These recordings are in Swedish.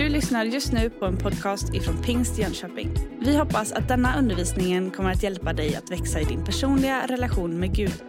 Du lyssnar just nu på en podcast ifrån Pingst Jönköping. Vi hoppas att denna undervisning kommer att hjälpa dig att växa i din personliga relation med Gud.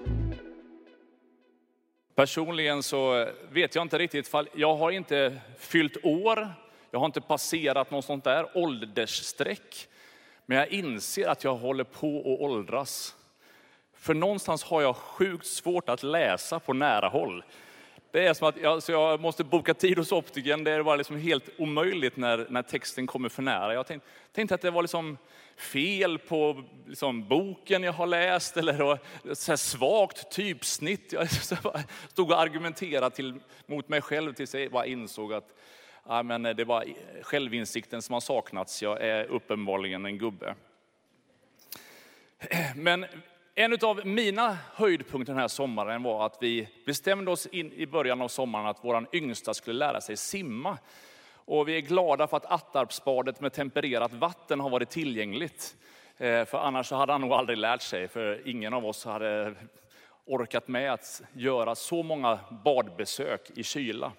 Personligen så vet jag inte riktigt, jag har inte fyllt år, jag har inte passerat något sånt där åldersstreck. Men jag inser att jag håller på att åldras. För någonstans har jag sjukt svårt att läsa på nära håll. Det är som att jag måste boka tid hos optiken. Det var liksom helt omöjligt när texten kommer för nära. Jag tänkte att det var liksom fel på liksom boken jag har läst. Eller så här svagt typsnitt. Jag stod och argumenterade mot mig själv tills jag bara insåg att det var självinsikten som har saknats. Jag är uppenbarligen en gubbe. Men en av mina höjdpunkter den här sommaren var att vi bestämde oss i början av sommaren att våran yngsta skulle lära sig simma. Och vi är glada för att Attarpsbadet med tempererat vatten har varit tillgängligt. För annars hade han nog aldrig lärt sig. För ingen av oss hade orkat med att göra så många badbesök i kyla.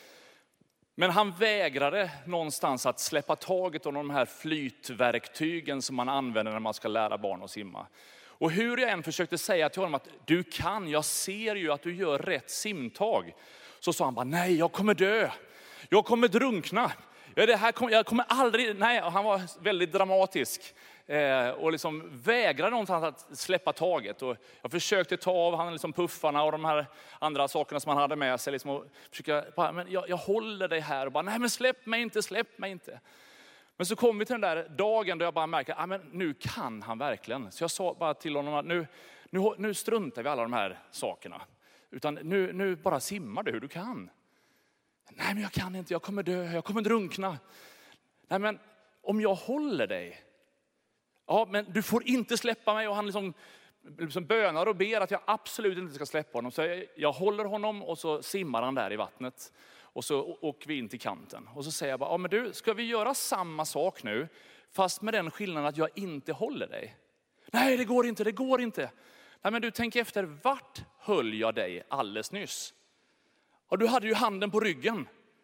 Men han vägrade någonstans att släppa taget om de här flytverktygen som man använder när man ska lära barn att simma. Och hur jag än försökte säga till honom att du kan, jag ser ju att du gör rätt simtag. Så sa han bara, nej jag kommer dö, jag kommer drunkna. Jag kommer aldrig, nej, han var väldigt dramatisk. Och liksom vägrade någonstans att släppa taget. Och jag försökte ta av han liksom puffarna och de här andra sakerna som han hade med sig. Liksom och försöka, men jag håller dig här och bara, nej men släpp mig inte. Men så kom vi till den där dagen då jag bara märkte, men nu kan han verkligen. Så jag sa bara till honom att nu struntar vi alla de här sakerna. Utan nu bara simmar du hur du kan. Nej men jag kan inte, jag kommer dö, jag kommer drunkna. Nej men om jag håller dig. Ja men du får inte släppa mig. Och han liksom bönar och ber att jag absolut inte ska släppa honom. Så jag håller honom och så simmar han där i vattnet. Och så åker vi in till kanten. Och så säger jag bara, men du, ska vi göra samma sak nu? Fast med den skillnaden att jag inte håller dig. Nej, det går inte. Nej, men du, tänk efter, vart höll jag dig alldeles nyss? Och du hade ju handen på ryggen.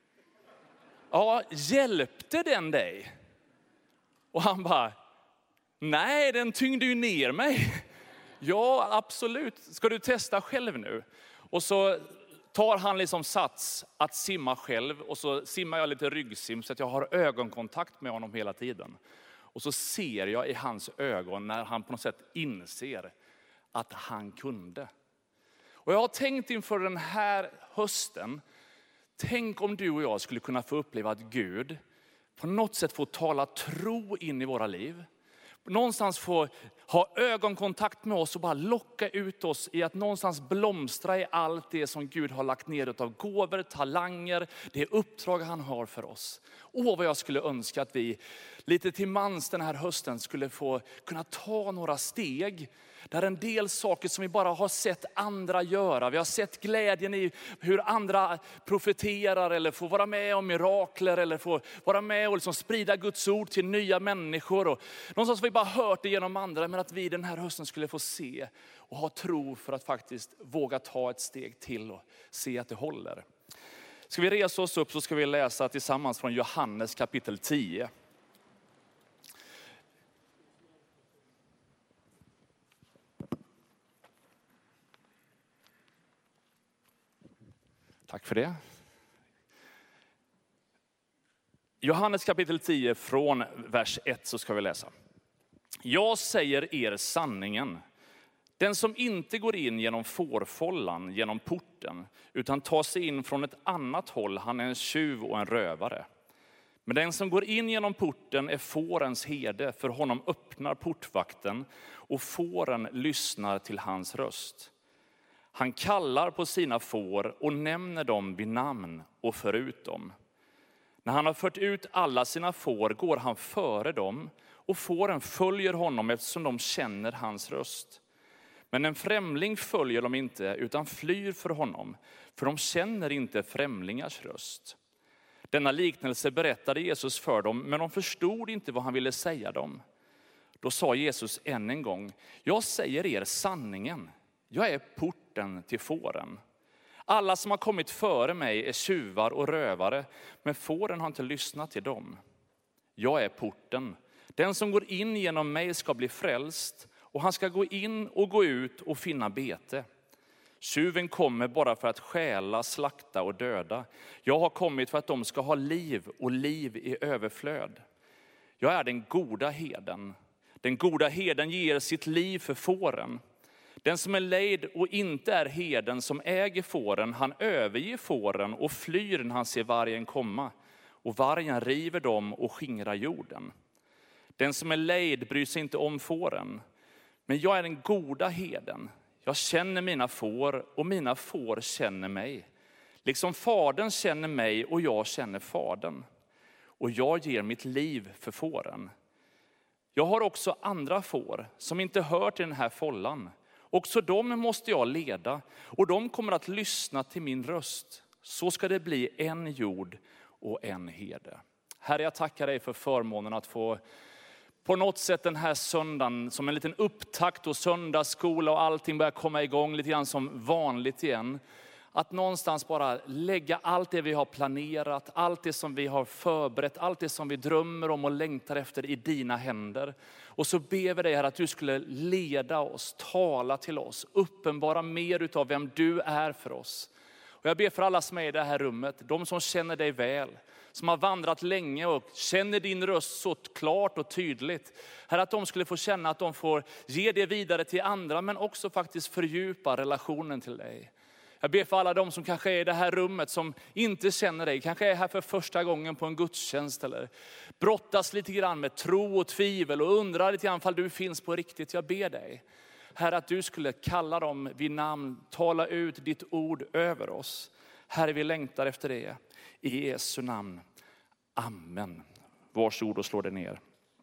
Ja, hjälpte den dig? Och han bara, nej, den tyngde ju ner mig. Ja, absolut. Ska du testa själv nu? Och så tar han liksom sats att simma själv. Och så simmar jag lite ryggsim så att jag har ögonkontakt med honom hela tiden. Och så ser jag i hans ögon när han på något sätt inser att han kunde. Och jag har tänkt inför den här hösten. Tänk om du och jag skulle kunna få uppleva att Gud på något sätt får tala tro in i våra liv. Någonstans få ha ögonkontakt med oss och bara locka ut oss i att någonstans blomstra i allt det som Gud har lagt ner av gåvor, talanger, det uppdrag han har för oss. Vad jag skulle önska att vi lite till mans den här hösten skulle få kunna ta några steg. Där en del saker som vi bara har sett andra göra. Vi har sett glädjen i hur andra profeterar eller får vara med om mirakler. Eller får vara med och liksom sprida Guds ord till nya människor. Och någonstans har vi bara hört det genom andra. Men att vi den här hösten skulle få se och ha tro för att faktiskt våga ta ett steg till och se att det håller. Ska vi resa oss upp så ska vi läsa tillsammans från Johannes kapitel 10. Tack för det. Johannes kapitel 10 från vers 1 så ska vi läsa. Jag säger er sanningen. Den som inte går in genom fårfållan, genom porten, utan tar sig in från ett annat håll, han är en tjuv och en rövare. Men den som går in genom porten är fårens herde, för honom öppnar portvakten och fåren lyssnar till hans röst. Han kallar på sina får och nämner dem vid namn och för ut dem. När han har fört ut alla sina får går han före dem och fåren följer honom eftersom de känner hans röst. Men en främling följer de inte utan flyr för honom, för de känner inte främlingars röst. Denna liknelse berättade Jesus för dem, men de förstod inte vad han ville säga dem. Då sa Jesus än en gång, jag säger er sanningen. Jag är porten till fåren. Alla som har kommit före mig är tjuvar och rövare, men fåren har inte lyssnat till dem. Jag är porten. Den som går in genom mig ska bli frälst, och han ska gå in och gå ut och finna bete. Tjuven kommer bara för att stjäla, slakta och döda. Jag har kommit för att de ska ha liv och liv i överflöd. Jag är den goda herden. Den goda herden ger sitt liv för fåren. Den som är lejd och inte är herden som äger fåren, han överger fåren och flyr när han ser vargen komma. Och vargen river dem och skingrar jorden. Den som är lejd bryr sig inte om fåren. Men jag är den goda herden. Jag känner mina får och mina får känner mig. Liksom fadern känner mig och jag känner fadern. Och jag ger mitt liv för fåren. Jag har också andra får som inte hör till den här follan. Också dem måste jag leda, och de kommer att lyssna till min röst. Så ska det bli en jord och en herde. Herre, jag tackar dig för förmånen att få på något sätt den här söndagen som en liten upptakt och söndagsskola och allting börjar komma igång lite grann som vanligt igen. Att någonstans bara lägga allt det vi har planerat, allt det som vi har förberett, allt det som vi drömmer om och längtar efter i dina händer. Och så ber vi dig här att du skulle leda oss, tala till oss, uppenbara mer utav vem du är för oss. Och jag ber för alla som är i det här rummet, de som känner dig väl, som har vandrat länge och känner din röst så klart och tydligt. Här att de skulle få känna att de får ge det vidare till andra, men också faktiskt fördjupa relationen till dig. Jag ber för alla de som kanske är i det här rummet som inte känner dig, kanske är här för första gången på en gudstjänst eller brottas lite grann med tro och tvivel och undrar lite grann ifall du finns på riktigt. Jag ber dig, Herre, att du skulle kalla dem vid namn, tala ut ditt ord över oss. Herre, vi längtar efter det. I Jesu namn. Amen. Varsågod och slå det ner.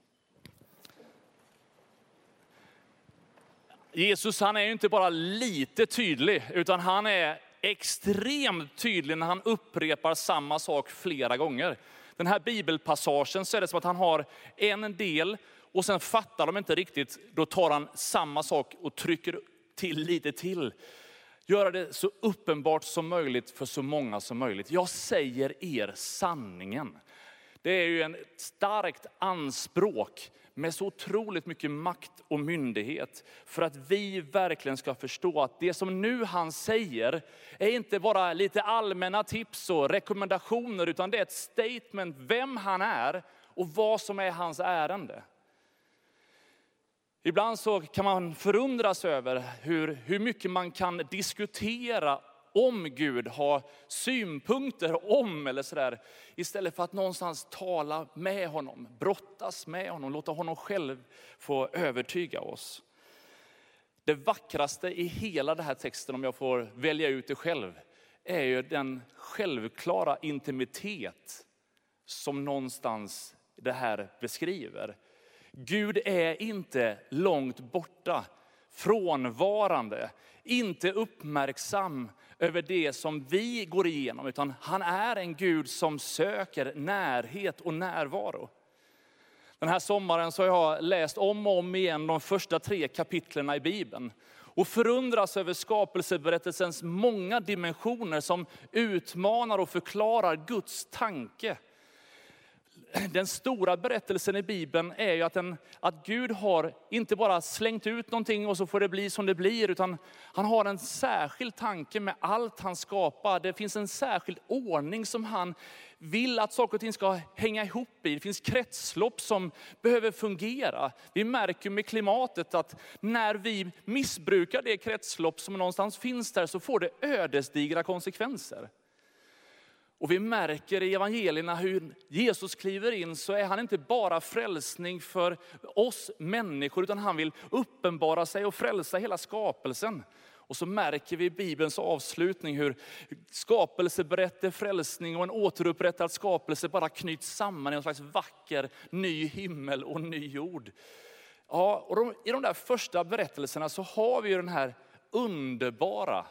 Jesus, han är ju inte bara lite tydlig, utan han är extremt tydlig när han upprepar samma sak flera gånger. Den här bibelpassagen så är det som att han har en del och sen fattar de inte riktigt. Då tar han samma sak och trycker till lite till. Göra det så uppenbart som möjligt för så många som möjligt. Jag säger er sanningen. Det är ju en starkt anspråk med så otroligt mycket makt och myndighet. För att vi verkligen ska förstå att det som nu han säger är inte bara lite allmänna tips och rekommendationer. Utan det är ett statement vem han är och vad som är hans ärende. Ibland så kan man förundras över hur mycket man kan diskutera om Gud, ha synpunkter om eller sådär. Istället för att någonstans tala med honom, brottas med honom, låta honom själv få övertyga oss. Det vackraste i hela den här texten, om jag får välja ut det själv, är ju den självklara intimitet som någonstans det här beskriver. Gud är inte långt borta, frånvarande, inte uppmärksam över det som vi går igenom, utan han är en Gud som söker närhet och närvaro. Den här sommaren så har jag läst om och om igen de första 3 kapitlerna i Bibeln och förundras över skapelseberättelsens många dimensioner som utmanar och förklarar Guds tanke. Den stora berättelsen i Bibeln är ju att Gud har inte bara slängt ut någonting och så får det bli som det blir, utan han har en särskild tanke med allt han skapar. Det finns en särskild ordning som han vill att saker och ting ska hänga ihop i. Det finns kretslopp som behöver fungera. Vi märker med klimatet att när vi missbrukar det kretslopp som någonstans finns där så får det ödesdigra konsekvenser. Och vi märker i evangelierna hur Jesus kliver in, så är han inte bara frälsning för oss människor, utan han vill uppenbara sig och frälsa hela skapelsen. Och så märker vi i Bibelns avslutning hur skapelseberättelse, frälsning och en återupprättad skapelse bara knyts samman i en slags vacker ny himmel och ny jord. Ja, och i de där första berättelserna så har vi ju den här underbara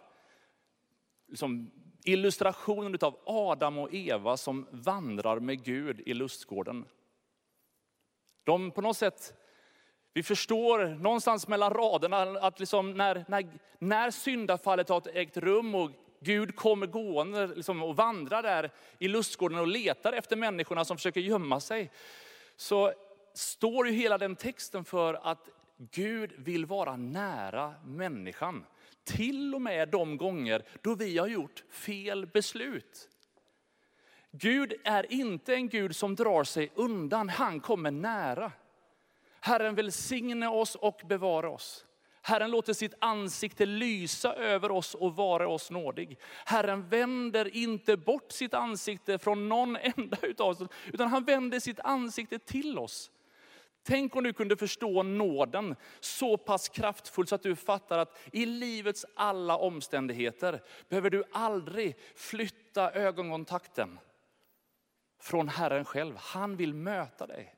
illustrationen av Adam och Eva som vandrar med Gud i lustgården. De på något sätt, vi förstår någonstans mellan raderna att när syndafallet har ägt rum och Gud kommer gående liksom, och vandrar där i lustgården och letar efter människorna som försöker gömma sig. Så står ju hela den texten för att Gud vill vara nära människan. Till och med de gånger då vi har gjort fel beslut. Gud är inte en Gud som drar sig undan, han kommer nära. Herren välsigne oss och bevara oss. Herren låter sitt ansikte lysa över oss och vara oss nådig. Herren vänder inte bort sitt ansikte från någon enda utav oss, utan han vänder sitt ansikte till oss. Tänk om du kunde förstå nåden så pass kraftfullt så att du fattar att i livets alla omständigheter behöver du aldrig flytta ögonkontakten från Herren själv. Han vill möta dig.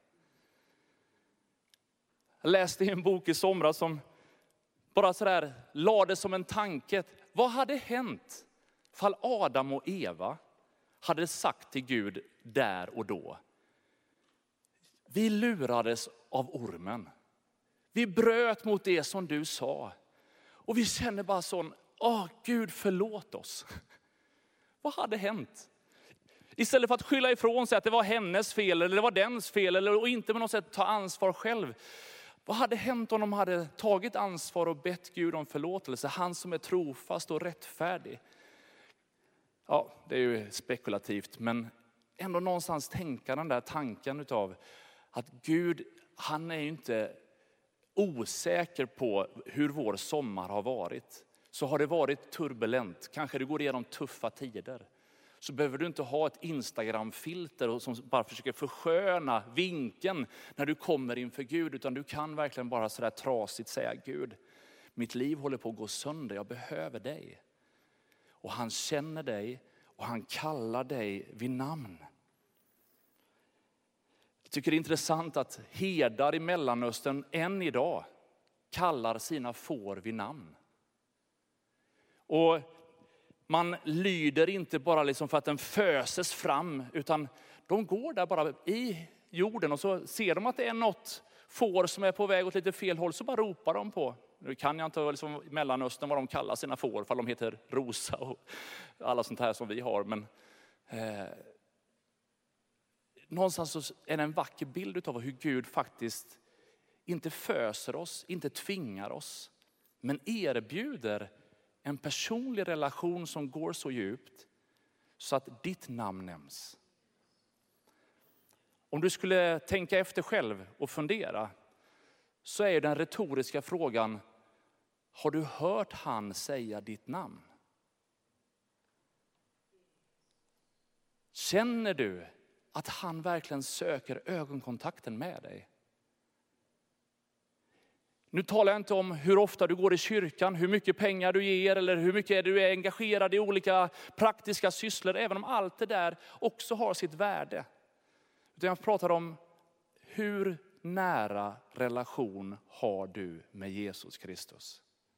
Jag läste i en bok i somras som bara sådär lade som en tanke. Vad hade hänt fall Adam och Eva hade sagt till Gud där och då? Vi lurades av ormen. Vi bröt mot det som du sa. Och vi känner bara sån, Gud förlåt oss. Vad hade hänt? Istället för att skylla ifrån sig att det var hennes fel eller det var dens fel eller och inte på något sätt ta ansvar själv. Vad hade hänt om de hade tagit ansvar och bett Gud om förlåtelse? Han som är trofast och rättfärdig. Ja, det är ju spekulativt, men ändå någonstans tänka den där tanken utav att Gud, han är ju inte osäker på hur vår sommar har varit. Så har det varit turbulent, kanske det går igenom tuffa tider. Så behöver du inte ha ett Instagram-filter som bara försöker försköna vinkeln när du kommer inför Gud. Utan du kan verkligen bara sådär trasigt säga, Gud, mitt liv håller på att gå sönder, jag behöver dig. Och han känner dig och han kallar dig vid namn. Jag tycker det är intressant att herdar i Mellanöstern än idag kallar sina får vid namn. Och man lyder inte bara liksom för att den föses fram, utan de går där bara i jorden och så ser de att det är något får som är på väg åt lite fel håll, så bara ropar de på. Nu kan jag inte liksom i Mellanöstern vad de kallar sina får, för de heter Rosa och alla sånt här som vi har. Men någonstans så är det en vacker bild av hur Gud faktiskt inte föser oss, inte tvingar oss, men erbjuder en personlig relation som går så djupt så att ditt namn nämns. Om du skulle tänka efter själv och fundera, så är den retoriska frågan, har du hört han säga ditt namn? Känner du att han verkligen söker ögonkontakten med dig? Nu talar jag inte om hur ofta du går i kyrkan, hur mycket pengar du ger eller hur mycket du är engagerad i olika praktiska sysslor. Även om allt det där också har sitt värde. Utan jag pratar om hur nära relation har du med Jesus Kristus.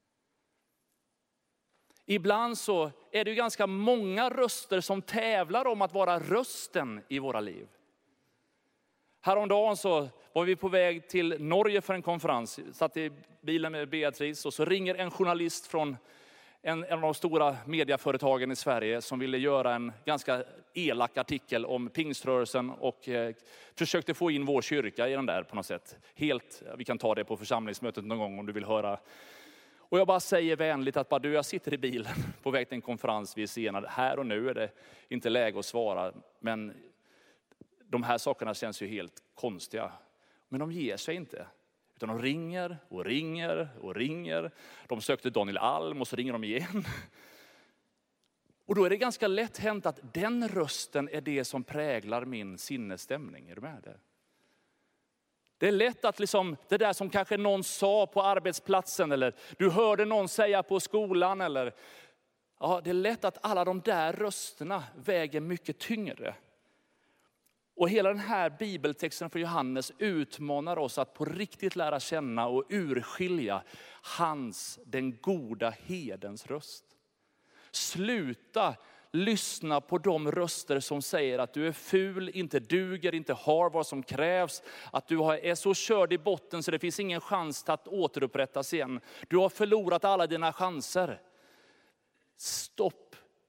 Ibland så är det ju ganska många röster som tävlar om att vara rösten i våra liv. Häromdagen så var vi på väg till Norge för en konferens. Satt i bilen med Beatrice och så ringer en journalist från en av de stora medieföretagen i Sverige som ville göra en ganska elak artikel om pingströrelsen och försökte få in vår kyrka i den där på något sätt. Vi kan ta det på församlingsmötet någon gång om du vill höra. Och jag bara säger vänligt att jag sitter i bilen på väg till en konferens, vi är senare. Här och nu är det inte läge att svara, men de här sakerna känns ju helt konstiga. Men de ger sig inte. Utan de ringer och ringer och ringer. De sökte Daniel Alm och så ringer de igen. Och då är det ganska lätt hänt att den rösten är det som präglar min sinnesstämning. Är du med det? Det är lätt att liksom, det där som kanske någon sa på arbetsplatsen eller du hörde någon säga på skolan. Eller, det är lätt att alla de där rösterna väger mycket tyngre. Och hela den här bibeltexten för Johannes utmanar oss att på riktigt lära känna och urskilja den goda herdens röst. Sluta lyssna på de röster som säger att du är ful, inte duger, inte har vad som krävs. Att du är så körd i botten så det finns ingen chans att återupprättas igen. Du har förlorat alla dina chanser. Stopp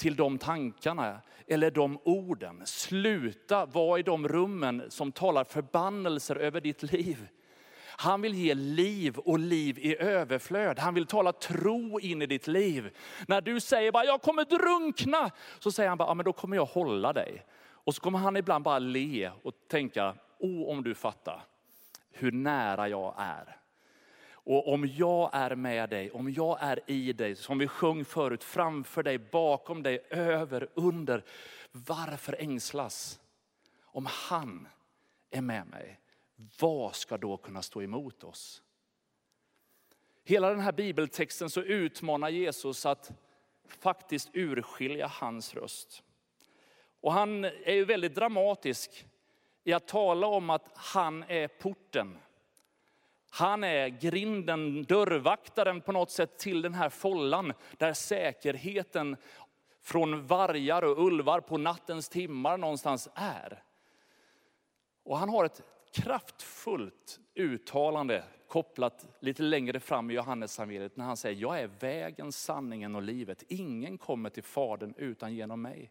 till de tankarna eller de orden. Sluta vara i de rummen som talar förbannelser över ditt liv. Han vill ge liv och liv i överflöd. Han vill tala tro in i ditt liv. När du säger bara, jag kommer drunkna, så säger han bara, ja, men då kommer jag hålla dig. Och så kommer han ibland bara le och tänka, om du fattar hur nära jag är. Och om jag är med dig, om jag är i dig, som vi sjöng förut, framför dig, bakom dig, över, under. Varför ängslas? Om han är med mig, vad ska då kunna stå emot oss? Hela den här bibeltexten så utmanar Jesus att faktiskt urskilja hans röst. Och han är ju väldigt dramatisk i att tala om att han är porten. Han är grinden, dörrvaktaren på något sätt till den här follan där säkerheten från vargar och ulvar på nattens timmar någonstans är. Och han har ett kraftfullt uttalande kopplat lite längre fram i Johannesevangeliet när han säger, jag är vägen, sanningen och livet. Ingen kommer till Fadern utan genom mig.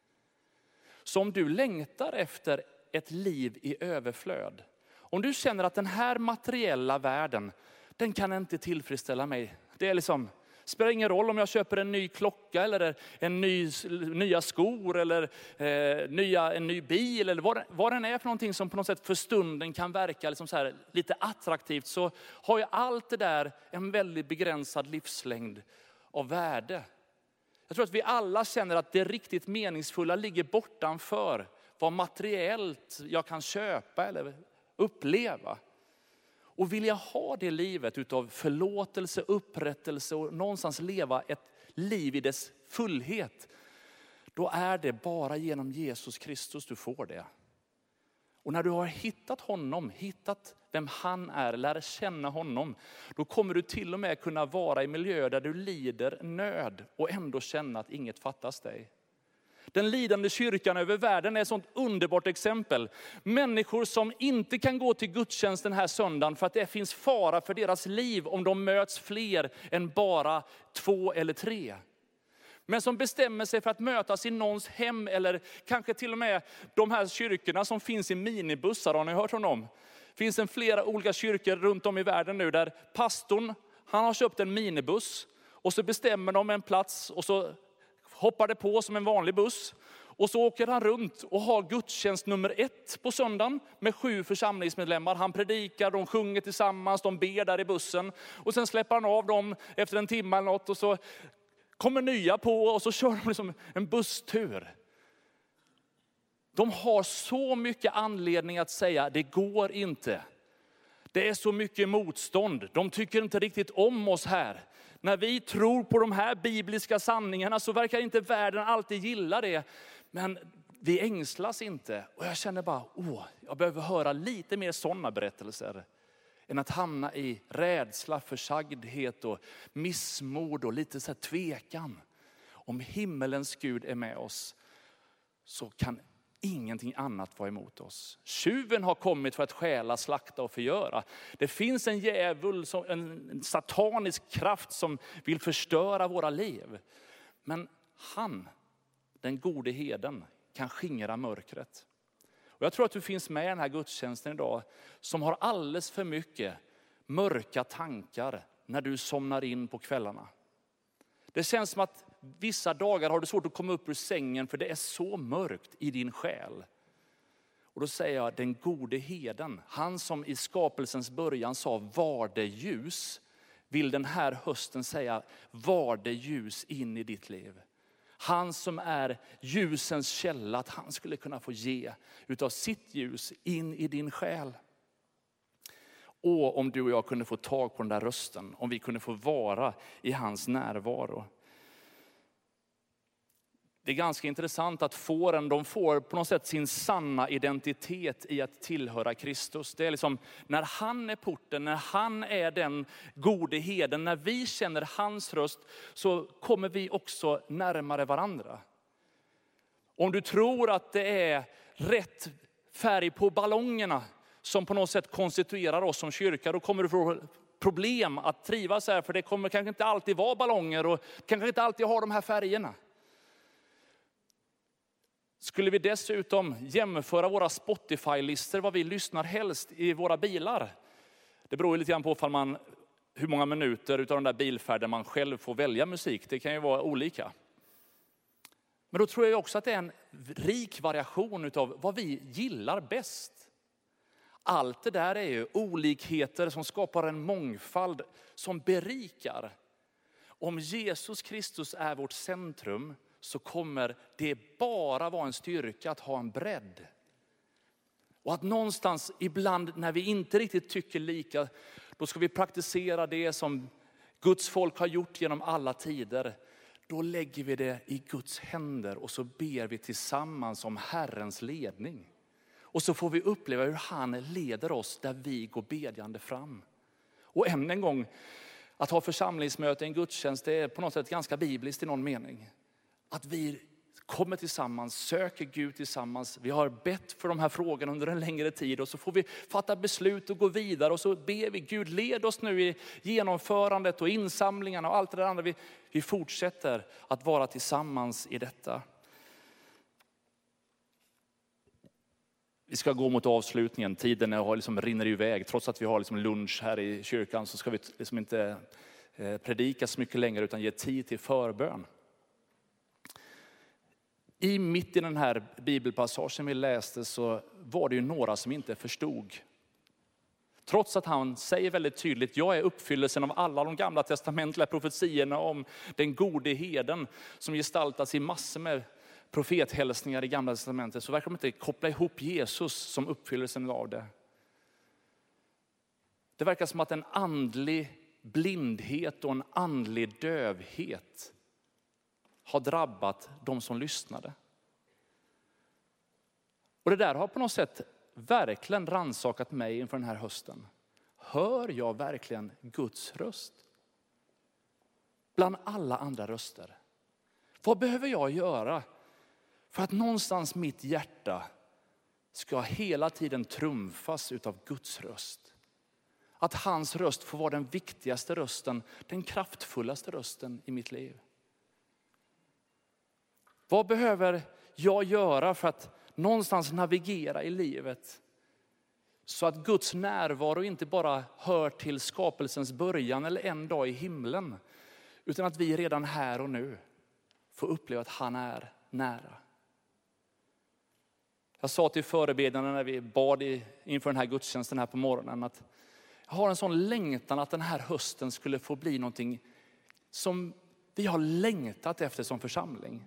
Så om du längtar efter ett liv i överflöd, om du känner att den här materiella världen, den kan inte tillfredsställa mig. Det är liksom, spelar ingen roll om jag köper en ny klocka eller nya skor eller en ny bil eller vad den är för någonting som på något sätt för stunden kan verka liksom så här lite attraktivt, så har ju allt det där en väldigt begränsad livslängd av värde. Jag tror att vi alla känner att det riktigt meningsfulla ligger bortanför vad materiellt jag kan köpa eller uppleva. Och vill jag ha det livet utav förlåtelse, upprättelse och någonstans leva ett liv i dess fullhet, då är det bara genom Jesus Kristus du får det. Och när du har hittat honom, hittat vem han är, lär känna honom, då kommer du till och med kunna vara i miljöer där du lider nöd och ändå känna att inget fattas dig. Den lidande kyrkan över världen är ett sånt underbart exempel. Människor som inte kan gå till gudstjänst den här söndagen för att det finns fara för deras liv om de möts fler än bara 2 eller 3. Men som bestämmer sig för att mötas i någons hem eller kanske till och med de här kyrkorna som finns i minibussar. Har ni hört om dem? Det finns flera olika kyrkor runt om i världen nu där pastorn, han har köpt en minibuss och så bestämmer de en plats och så hoppar det på som en vanlig buss. Och så åker han runt och har gudstjänst nummer 1 på söndagen med 7 församlingsmedlemmar. Han predikar, de sjunger tillsammans, de ber där i bussen. Och sen släpper han av dem efter en timme eller något och så kommer nya på och så kör de liksom en busstur. De har så mycket anledning att säga, det går inte. Det är så mycket motstånd. De tycker inte riktigt om oss här. När vi tror på de här bibliska sanningarna så verkar inte världen alltid gilla det. Men vi ängslas inte. Och jag känner bara, jag behöver höra lite mer sådana berättelser. Än att hamna i rädsla, försagdhet och missmod och lite så här tvekan. Om himmelens Gud är med oss så kan ingenting annat vara emot oss. Tjuven har kommit för att stjäla, slakta och förgöra. Det finns en djävul, en satanisk kraft som vill förstöra våra liv. Men han, den gode herden, kan skingra mörkret. Och jag tror att du finns med i den här gudstjänsten idag som har alldeles för mycket mörka tankar när du somnar in på kvällarna. Det känns som att vissa dagar har du svårt att komma upp ur sängen för det är så mörkt i din själ. Och då säger jag, den gode herden, han som i skapelsens början sa var det ljus, vill den här hösten säga var det ljus in i ditt liv. Han som är ljusens källa, att han skulle kunna få ge utav sitt ljus in i din själ. Och om du och jag kunde få tag på den där rösten, om vi kunde få vara i hans närvaro. Det är ganska intressant att de får på något sätt sin sanna identitet i att tillhöra Kristus. Det är liksom när han är porten, när han är den gode herden, när vi känner hans röst så kommer vi också närmare varandra. Om du tror att det är rätt färg på ballongerna som på något sätt konstituerar oss som kyrka, då kommer du få problem att trivas här, för det kommer kanske inte alltid vara ballonger och kanske inte alltid ha de här färgerna. Skulle vi dessutom jämföra våra Spotify-listor, vad vi lyssnar helst i våra bilar. Det beror lite grann på hur många minuter utav den där bilfärden man själv får välja musik. Det kan ju vara olika. Men då tror jag också att det är en rik variation utav vad vi gillar bäst. Allt det där är ju olikheter som skapar en mångfald som berikar. Om Jesus Kristus är vårt centrum så kommer det bara vara en styrka att ha en bredd. Och att någonstans ibland när vi inte riktigt tycker lika, då ska vi praktisera det som Guds folk har gjort genom alla tider. Då lägger vi det i Guds händer och så ber vi tillsammans om Herrens ledning. Och så får vi uppleva hur han leder oss där vi går bedjande fram. Och än en gång, att ha församlingsmöte i en gudstjänst, det är på något sätt ganska bibliskt i någon mening. Att vi kommer tillsammans, söker Gud tillsammans. Vi har bett för de här frågorna under en längre tid och så får vi fatta beslut och gå vidare. Och så ber vi Gud, led oss nu i genomförandet och insamlingarna och allt det där andra. Vi fortsätter att vara tillsammans i detta. Vi ska gå mot avslutningen. Tiden rinner iväg. Trots att vi har lunch här i kyrkan så ska vi inte predika så mycket längre utan ge tid till förbön. Mitt i den här bibelpassagen vi läste så var det ju några som inte förstod. Trots att han säger väldigt tydligt, jag är uppfyllelsen av alla de gamla testamentliga profetierna om den gode herden som gestaltas i massor med profethälsningar i gamla testamentet, så verkar de inte koppla ihop Jesus som uppfyllelsen av det. Det verkar som att en andlig blindhet och en andlig dövhet har drabbat de som lyssnade. Och det där har på något sätt verkligen rannsakat mig inför den här hösten. Hör jag verkligen Guds röst? Bland alla andra röster. Vad behöver jag göra för att någonstans mitt hjärta ska hela tiden trumfas utav Guds röst? Att hans röst får vara den viktigaste rösten, den kraftfullaste rösten i mitt liv. Vad behöver jag göra för att någonstans navigera i livet? Så att Guds närvaro inte bara hör till skapelsens början eller en dag i himlen. Utan att vi redan här och nu får uppleva att han är nära. Jag sa till förebedjarna när vi bad inför den här gudstjänsten här på morgonen att jag har en sån längtan att den här hösten skulle få bli någonting som vi har längtat efter som församling.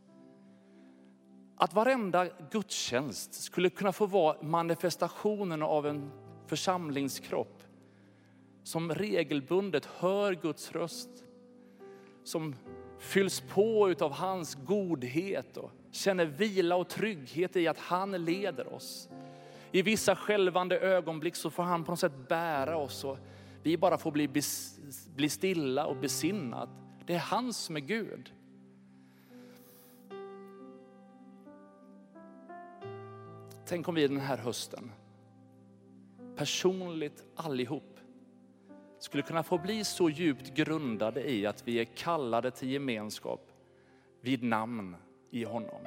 Att varenda gudstjänst skulle kunna få vara manifestationen av en församlingskropp som regelbundet hör Guds röst, som fylls på utav hans godhet och känner vila och trygghet i att han leder oss. I vissa skälvande ögonblick så får han på något sätt bära oss och vi bara får bli stilla och besinnat. Det är han som är Gud. Tänk om vi den här hösten personligt allihop skulle kunna få bli så djupt grundade i att vi är kallade till gemenskap vid namn i honom.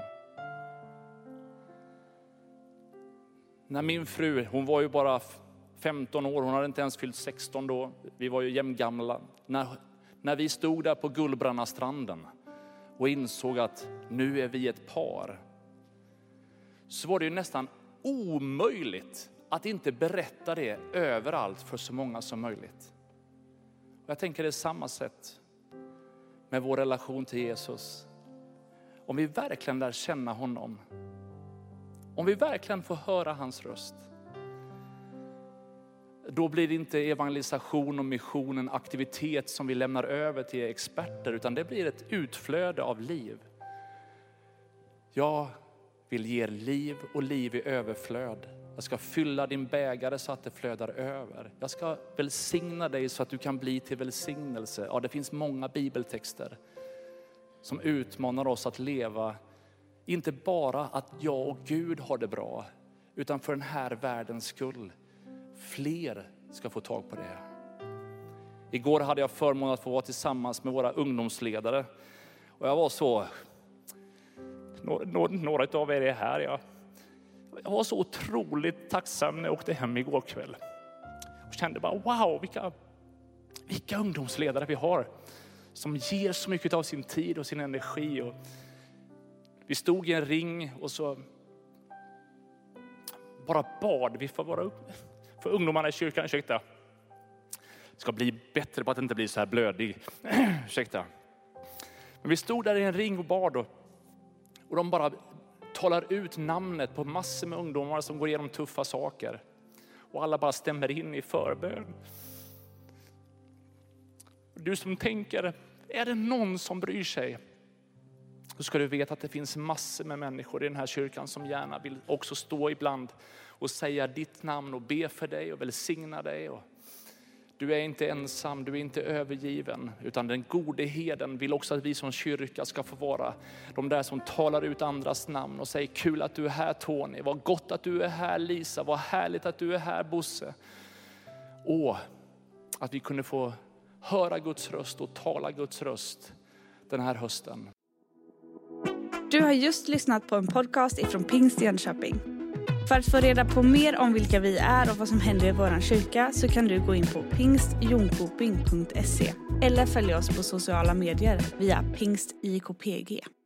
När min fru, hon var ju bara 15 år, hon hade inte ens fyllt 16 då. Vi var ju jämngamla. När vi stod där på Gullbrannastranden och insåg att nu är vi ett par, så var det ju nästan omöjligt att inte berätta det överallt för så många som möjligt. Och jag tänker det är samma sätt med vår relation till Jesus. Om vi verkligen lär känna honom, om vi verkligen får höra hans röst, då blir det inte evangelisation och mission en aktivitet som vi lämnar över till experter, utan det blir ett utflöde av liv. Jag vill ge liv och liv i överflöd. Jag ska fylla din bägare så att det flödar över. Jag ska välsigna dig så att du kan bli till välsignelse. Ja, det finns många bibeltexter som utmanar oss att leva, inte bara att jag och Gud har det bra, utan för den här världens skull. Fler ska få tag på det. Igår hade jag förmånen att få vara tillsammans med våra ungdomsledare. Och jag var så några av er är här. Jag var så otroligt tacksam när jag åkte hem igår kväll. Och kände bara, wow, vilka ungdomsledare vi har. Som ger så mycket av sin tid och sin energi. Och vi stod i en ring och så bara bad vi för ungdomarna i kyrkan. Ursäkta. Ska bli bättre på att inte bli så här blödig. Ursäkta. Men vi stod där i en ring och bad. Och de bara talar ut namnet på massor med ungdomar som går igenom tuffa saker. Och alla bara stämmer in i förbön. Du som tänker, är det någon som bryr sig? Då ska du veta att det finns massor med människor i den här kyrkan som gärna vill också stå ibland och säga ditt namn och be för dig och välsigna dig. Och du är inte ensam, du är inte övergiven, utan den gode herden vill också att vi som kyrka ska få vara de där som talar ut andras namn och säger kul att du är här Tony, vad gott att du är här Lisa, vad härligt att du är här Bosse. Och att vi kunde få höra Guds röst och tala Guds röst den här hösten. Du har just lyssnat på en podcast ifrån Pingst Jönköping. För att få reda på mer om vilka vi är och vad som händer i vår kyrka så kan du gå in på pingstjonkoping.se eller följa oss på sociala medier via pingstjkpg.